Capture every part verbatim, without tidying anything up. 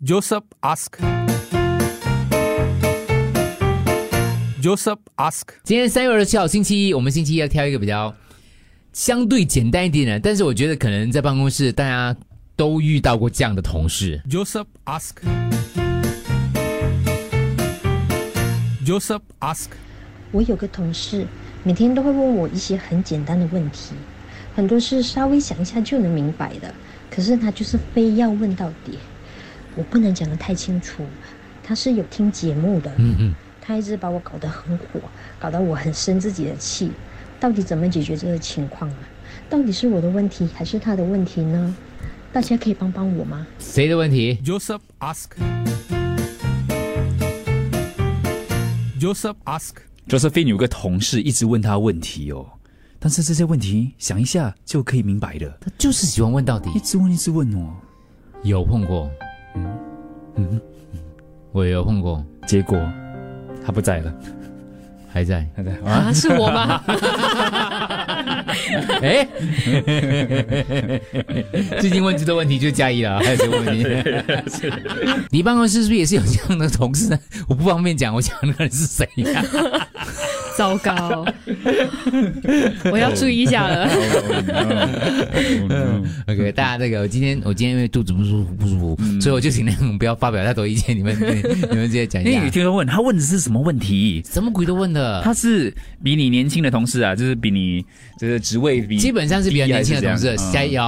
Joseph ask Joseph ask 今天三月二十七号星期一，我们星期一要挑一个比较相对简单一点的，但是我觉得可能在办公室大家都遇到过这样的同事。 Joseph ask Joseph ask 我有个同事每天都会问我一些很简单的问题，很多事稍微想一下就能明白的，可是他就是非要问到底。我不能讲得太清楚，他是有听节目的， 嗯嗯， 他一直把我搞得很火，搞得我很生自己的气。到底怎么解决这个情况啊？到底是我的问题还是他的问题呢？大家可以帮帮我吗？ 谁的问题？ Joseph ask Joseph ask Josephine 有个同事一直问他问题哦，但是这些问题想一下就可以明白的， 他就是喜欢问到底， 一直问一直问哦。 有碰过， 嗯嗯， 我也有碰过， 结果他不在了， 还在还在啊，是我吗？ 哎，最近问这个问题就加一了，还有这个问题。你办公室是不是也是有这样的同事呢？我不方便讲，我讲那个人是谁呀、啊？ 糟糕，我要注意一下了。 OK， 大家这个，我今天我今天因为肚子不舒服不舒服，嗯、所以我就尽量不要发表太多意见，你们你们直接讲一下。 哎，你听他问，他问的是什么问题？ 什么鬼都问的。 他是比你年轻的同事啊，就是比你这个职位比基本上是比较年轻的同事，加油。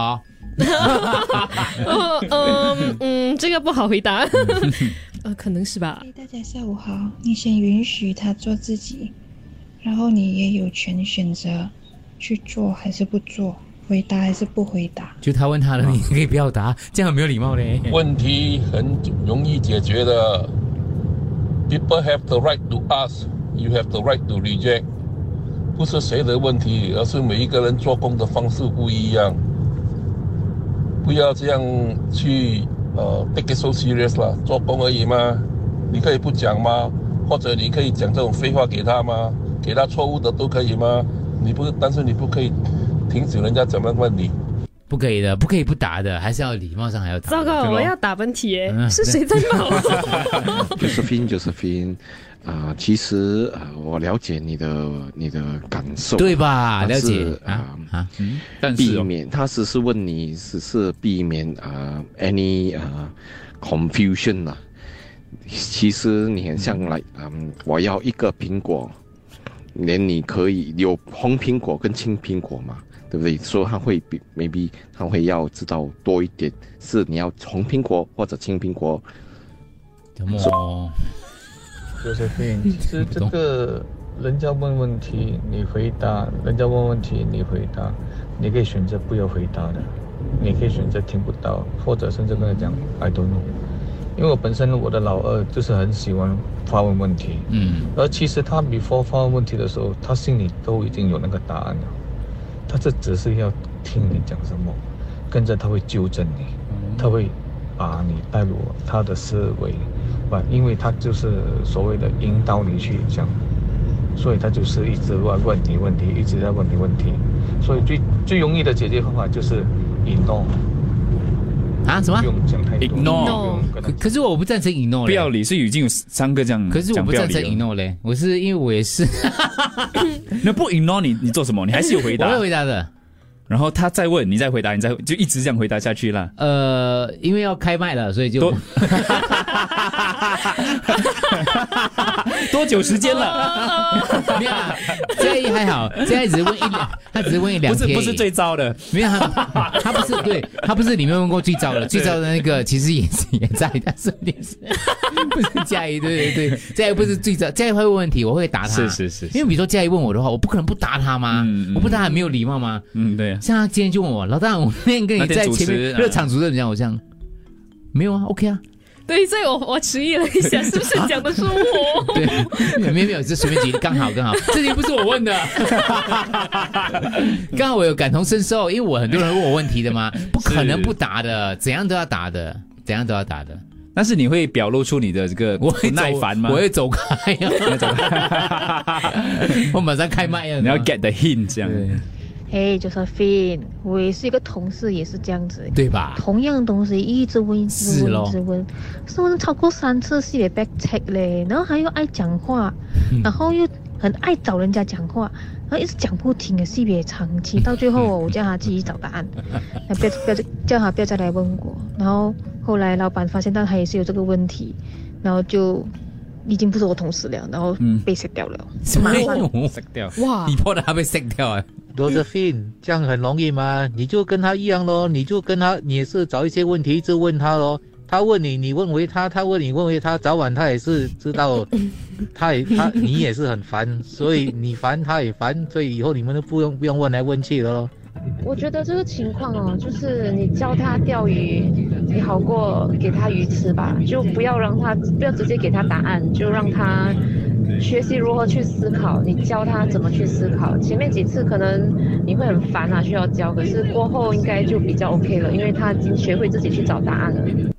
嗯嗯嗯，这个不好回答。呃，可能是吧。 大家下午好，你先允许他做自己，然后你也有权选择去做还是不做，回答还是不回答。 就他问他了，你可以不要答，这样很没有礼貌嘞。 问题很容易解决的。People have the right to ask, you have the right to reject。不是谁的问题，而是每一个人做工的方式不一样。不要这样去呃 take it so serious 啦，做工而已嘛，你可以不讲吗？或者你可以讲这种废话给他吗？给他错误的都可以吗？你不，但是你不可以停止人家怎么问你。 不可以的，不可以不答的，还是要礼貌上还要答。 糟糕，我要打喷嚏耶！嗯、是谁在骂我 ？Josephine Josephine 啊、呃，其实啊、呃，我了解你的你的感受， 对吧？了解啊啊， 嗯，但是避免他只是问你，只是避免啊、呃、any 啊、呃、confusion 啊。其实你很像来，嗯，我要一个苹果，连你可以有红苹果跟青苹果嘛？对不对？所以他会 maybe 他会要知道多一点，是你要红苹果或者青苹果。 怎么 ？Josephine，其实这个人家问问题你回答，人家问问题你回答，你可以选择不要回答的，你可以选择听不到，或者甚至跟他讲 I don't know。因为我本身我的老二就是很喜欢发问问题，嗯，而其实他 before 发问问题的时候，他心里都已经有那个答案了。他这只是要听你讲什么，跟着他会纠正你，他会把你带入他的思维，吧？因为他就是所谓的引导你去讲，所以他就是一直在问你问题，一直在问你问题，所以最最容易的解决方法就是 ignore。 啊？什么？ 不用讲太多 ignore。 可可是我不赞成 ignore。 不要理，是已经有三个这样。 可是我不赞成 ignore 嘞，我是因为我也是。 那不 ignore 你，你做什么？你还是有回答。 我会回答的。 然后他再问，你再回答，你再就一直这样回答下去啦。 呃，因为要开麦了，所以就多多久时间了？ 没有，嘉义还好，嘉义只是问一两，他只是问一两天， 不是不是最糟的， 没有他，他不是对，他不是里面问过最糟的，最糟的那个其实也是也在，但是也是不是嘉义，对对对，嘉义不是最糟，嘉义会问问题，我会答他， 是是是， 因为比如说嘉义问我的话，我不可能不答他吗？嗯嗯、我不答他没有礼貌吗？ 嗯，对。 像他今天就问我，老大，我那天跟你在前面热场主任讲，我这样没有啊 ，OK 啊。 对，所以我我迟疑了一下，是不是讲的是我？ 对，没有没有，这随便举例，刚好刚好，这题不是我问的，刚好我有感同身受，因为我很多人问我问题的嘛，不可能不答的，怎样都要答的，怎样都要答的。 但是你会表露出你的这个不耐烦吗？ 我会走开啊，我马上开麦啊， 你要 get the hint 这样。 嘿 Josephine， 我也是一个同事，也是这样子， 对吧？ 同样的东西一直问，一直问，一直问，是问超过三次系列 back check 嘞，然后还又爱讲话，嗯、然后又很爱找人家讲话，然后一直讲不停的系列长期，到最后我叫他自己找答案，那不要不要叫他不要再来问我，然后后来老板发现到他也是有这个问题，然后就。已经不是我同事了，然后被删掉了， 什么删掉？ 哇！你破的还被删掉啊 ？Josephine， 这样很容易吗？你就跟他一样咯，你就跟他，你也是找一些问题一直问他咯。他问你，你问回他，他问你，问回他，早晚他也是知道，他也他你也是很烦，所以你烦他也烦，所以以后你们都不用不用问来问去了咯。 我觉得这个情况哦，就是你教他钓鱼，你好过给他鱼吃吧，就不要让他不要直接给他答案，就让他学习如何去思考，你教他怎么去思考。前面几次可能你会很烦啊，需要教，可是过后应该就比较 OK 了，因为他已经学会自己去找答案了。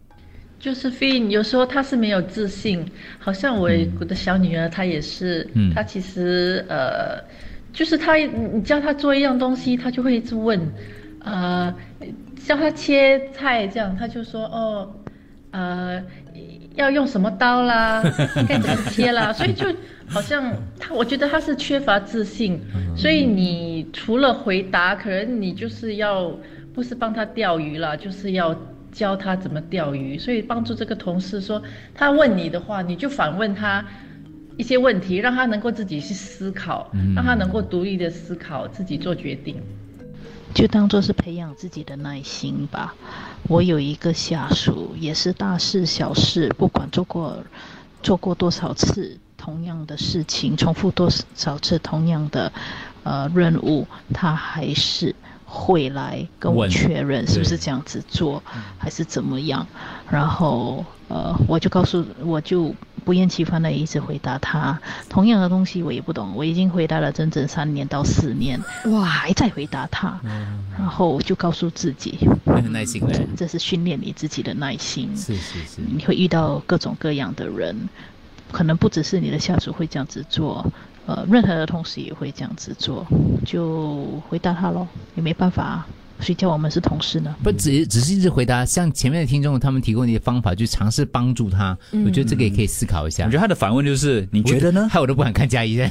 Josephine， 有时候她是没有自信，好像我我的小女儿她也是，嗯、她其实呃。就是他，你叫他做一样东西，他就会一直问，呃，叫他切菜这样，他就说哦，呃，要用什么刀啦，应该怎么切啦，所以就好像他，我觉得他是缺乏自信，所以你除了回答，可能你就是要不是帮他钓鱼啦，就是要教他怎么钓鱼，所以帮助这个同事说，他问你的话，你就反问他。一些问题，让他能够自己去思考，嗯、让他能够独立的思考，自己做决定。 就当作是培养自己的耐心吧。我有一个下属，也是大事小事，不管做过做过多少次同样的事情，重复多少次同样的呃任务，他还是会来跟我确认是不是这样子做，还是怎么样。然后呃，我就告诉我就。不厌其烦的一直回答他，同样的东西我也不懂，我已经回答了整整三年到四年，哇，还在回答他，嗯、然后我就告诉自己， 很耐心嘞， 这是训练你自己的耐心， 是是是， 你会遇到各种各样的人，可能不只是你的下属会这样子做，呃，任何的同事也会这样子做，就回答他咯，也没办法啊。谁叫我们是同事呢？ 不只只是一直回答，像前面的听众他们提供的方法，就尝试帮助他。嗯、我觉得这个也可以思考一下。 我觉得他的反问就是：你觉得呢？ 害我都不敢看嘉怡，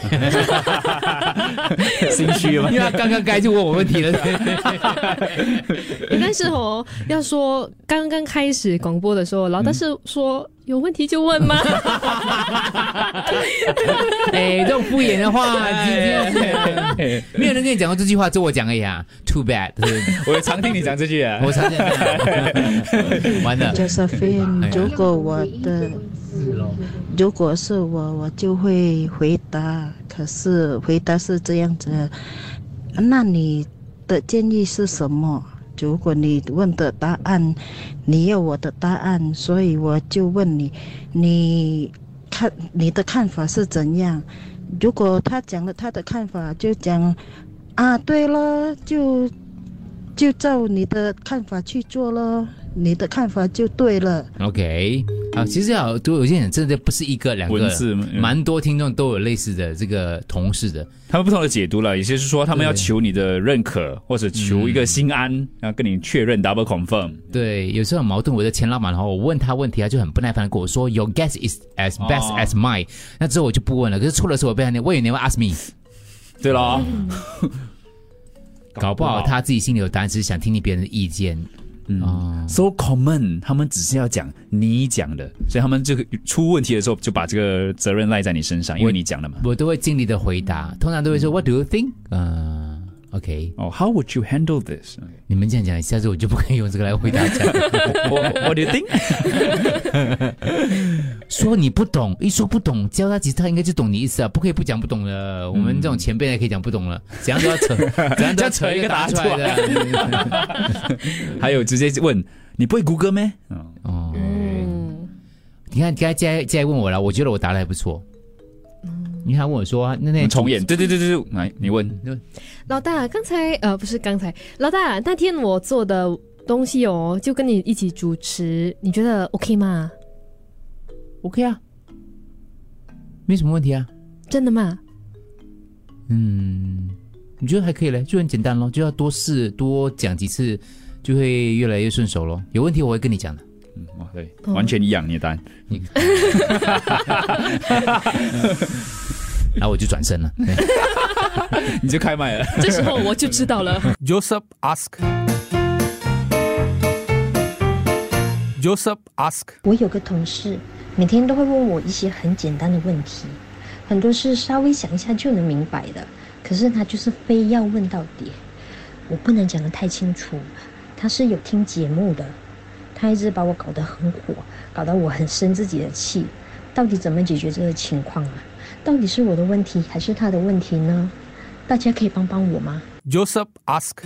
心虚吗？ 因为他刚刚该就问我问题了。 但是哦，要说刚刚开始广播的时候，老大是说。有问题就问吗？ 哎，这种敷衍的话，今天没有人跟你讲过这句话，就我讲而已啊。Too bad， 我常听你讲这句啊， 我常听。完了。 Josephine， 如果我的，如果是我，我就会回答。可是回答是这样子，那你的建议是什么？如果你问的答案，你要我的答案，所以我就问你，你看你的看法是怎样？如果他讲了他的看法，就讲啊，对了，就就照你的看法去做了，你的看法就对了。 OK， 啊，其实啊，都有些人真的不是一个两个， 文字蛮多听众都有类似的这个同事的， 他们不同的解读了。有些是说他们要求你的认可，或者求一个心安，然后跟你确认 double confirm。 对，有时候很矛盾。我的前老板的话，我问他问题，他就很不耐烦的跟我说 ，Your guess is as best as mine。那之后我就不问了。可是错的时候我被他念 ，Why you never ask me？ 对了。 搞不好他自己心里有答案，只是想听听别人的意见。 嗯、哦、，so common， 他们只是要讲你讲的，所以他们这个出问题的时候就把这个责任赖在你身上，因为你讲的嘛。 我都会尽力的回答，通常都会说、嗯、What do you think？ 呃 ，OK。 哦、oh, ，How would you handle this？ Okay. 你们这样讲，下次我就不可以用这个来回答。 What do you think？ 说你不懂，一说不懂，教他其实他应该就懂你意思啊，不可以不讲不懂的。我们这种前辈也可以讲不懂了，怎样都要扯，怎样都要扯一个答出来的。 还有直接问你不会谷歌咩？ 哦，嗯，你看，刚才接接问我了，我觉得我答的还不错。你看问我说，那那重演，对对对对对，来你问。 老大，刚才呃不是刚才，老大那天我做的东西哦，就跟你一起主持，你觉得 OK 吗 ？OK 啊，没什么问题啊。 真的吗？ 嗯， 你觉得还可以嘞，就很简单咯，就要多试多讲几次，就会越来越顺手咯。有问题我会跟你讲的。 嗯，哇，对，完全一样，你的答案。你， 然后我就转身了， 你就开麦了。 这时候我就知道了。 Joseph ask. Joseph ask. 我有个同事，每天都会问我一些很简单的问题，很多事稍微想一下就能明白的，可是他就是非要问到底。我不能讲得太清楚，他是有听节目的。他一直把我搞得很火，搞得我很生自己的气。到底怎么解决这个情况啊？到底是我的问题还是他的问题呢？大家可以帮帮我吗？ Joseph ask.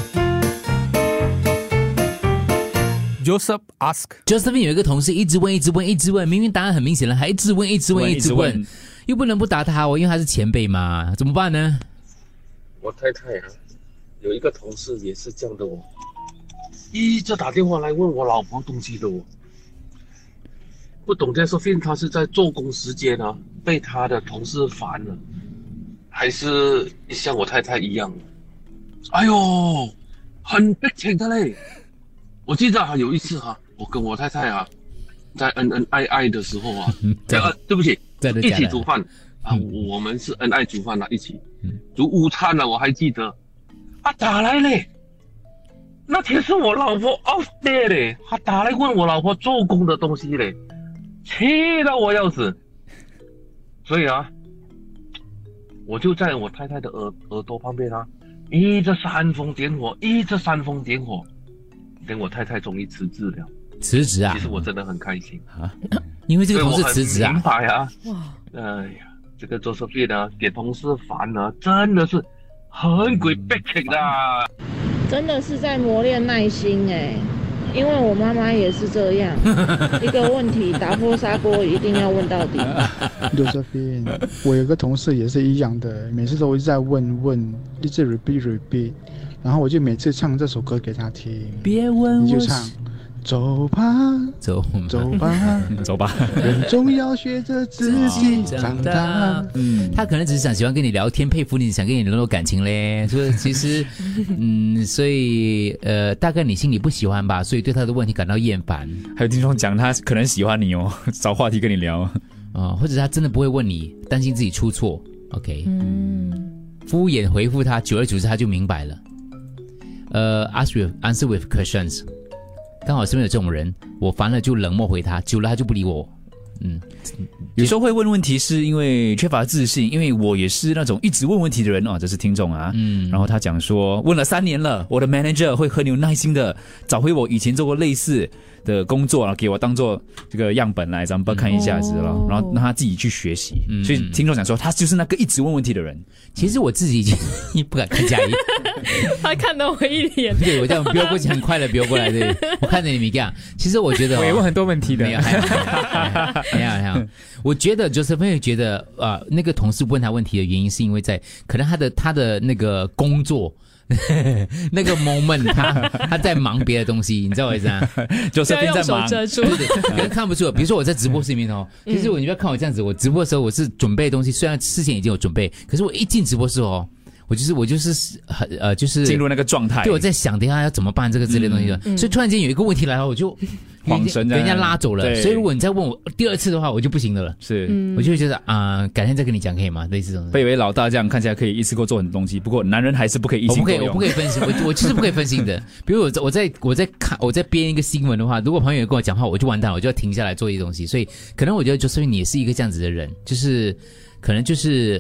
Joseph ask. Joseph 有一个同事一直问一直问一直问，明明答案很明显了，还一直问一直问一直问，一直问又不能不答他哦，因为他是前辈嘛，怎么办呢？ 我太太啊，有一个同事也是这样的哦。一直打电话来问我老婆东西的我，不懂这说明他是在做工时间啊，被他的同事烦了，还是像我太太一样？哎呦，很逼情的嘞！我记得啊，有一次哈、啊，我跟我太太啊，在恩恩爱爱的时候啊，呃，对不起，一起煮饭啊，我们是恩爱煮饭啊，一起煮午餐啊，我还记得，啊，打来嘞。那天是我老婆 off day 嘞，他打来问我老婆做工的东西嘞，气到我要死。所以啊，我就在我太太的耳耳朵旁边啊，一直煽风点火，一直煽风点火，等我太太终于辞职了。 辞职啊？ 其实我真的很开心啊，因为这个同事辞职啊。 明白啊。 哇， 哎呀，这个做 Josephine 呢，给同事烦呢，真的是很鬼逼情的。 真的是在磨练耐心哎，因为我妈妈也是这样，一个问题打破砂锅一定要问到底。 Josephine， 我有个同事也是一样的，每次都一直在问问，一直 repeat repeat， 然后我就每次唱这首歌给他听， 别问我， 你就唱。走吧， 走走吧， 走吧， 人总要学着自己长大。 嗯，他可能只是想喜欢跟你聊天，佩服你，想跟你联络感情嘞。所以其实，嗯，所以呃，大概你心里不喜欢吧，所以对他的问题感到厌烦。 还有听众讲他可能喜欢你哦，找话题跟你聊啊、 哦，或者他真的不会问你，担心自己出错。OK， 嗯，敷衍回复他，久而久之他就明白了。呃 ，ask with answer with questions。刚好身边有这种人，我烦了就冷漠回他，久了他就不理我。嗯， 有时候会问问题是因为缺乏自信，因为我也是那种一直问问题的人哦，这是听众啊。嗯，然后他讲说，问了三年了，我的 manager 会很有耐心的找回我以前做过类似的工作，然后给我当做这个样本来，咱们不看一下子了，哦、然后让他自己去学习。嗯、所以听众讲说，他就是那个一直问问题的人。 其实我自己已经不敢看嘉怡， 他看到我一脸， 对我这样飙过去，很快的飙过来，对，我看着你米干。其实我觉得、哦、 我也问很多问题的， 没有，还好，还好，还好。我觉得 Joseph 会觉得啊、呃，那个同事问他问题的原因是因为在可能他的他的那个工作。那个 moment 他他在忙别的东西，你知道我意思啊？ 就是在忙， 对对，可能看不出。比如说我在直播室里面哦，其实我你不要看我这样子，我直播的时候我是准备东西，虽然事前已经有准备，可是我一进直播室哦。我就是我就是很呃就是进入那个状态， 对，我在想等一下要怎么办这个之类的东西的、嗯，所以突然间有一个问题来了，我就恍神， 被人家拉走了。所以如果你再问我第二次的话，我就不行的了。 是， 嗯、我就会觉得啊、呃，改天再跟你讲可以吗？类似这种。 被以为老大这样看起来可以一次够做很多东西，不过男人还是不可以一心多用。 我不可以，我不可以分心，我我就是不可以分心的。比如我我在我在看我在编一个新闻的话，如果朋友跟我讲话，我就完蛋了，我就要停下来做一些东西。所以可能我觉得就是你也是一个这样子的人，就是可能就是。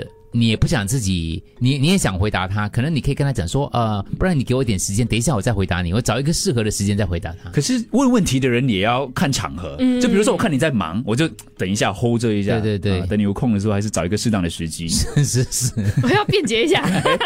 你也不想自己，你你也想回答他，可能你可以跟他讲说，呃，不然你给我一点时间，等一下我再回答你，我找一个适合的时间再回答他。 可是问问题的人也要看场合，嗯、就比如说我看你在忙，我就等一下 hold 这一下， 对对对、 啊，等你有空的时候，还是找一个适当的时机。 是是是， 我要辩解一下，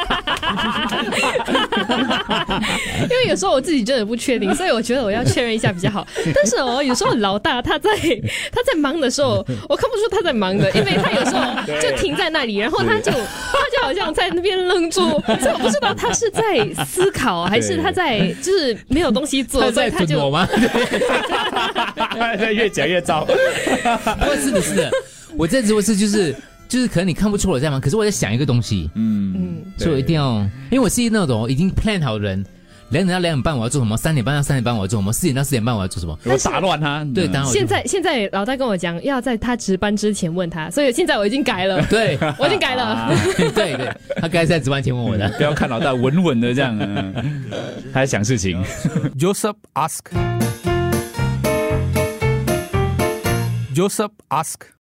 因为有时候我自己真的不确定，所以我觉得我要确认一下比较好。但是哦，有时候老大他在他在忙的时候，我看不出他在忙的，因为他有时候就停在那里，然后他。他就他就好像在那边愣住，所以我不知道他是在思考，还是他在就是没有东西做， 他在准我吗？ 越讲越糟。 不过是的，是的，我在直播室就是就是可能你看不出我在忙，可是我在想一个东西， 嗯嗯， 所以我一定要，因为我是那种已经 plan 好的人。两点到两点半我要做什么？三点半到三点半我要做什么？四点到四点半我要做什么？ 我打乱他。 对，当然现在现在老大跟我讲，要在他值班之前问他，所以现在我已经改了。 对， 我已经改了。 啊、对对，他该在值班前问我的。 不要看老大稳稳的这样，他在想事情。 Joseph ask. Joseph ask.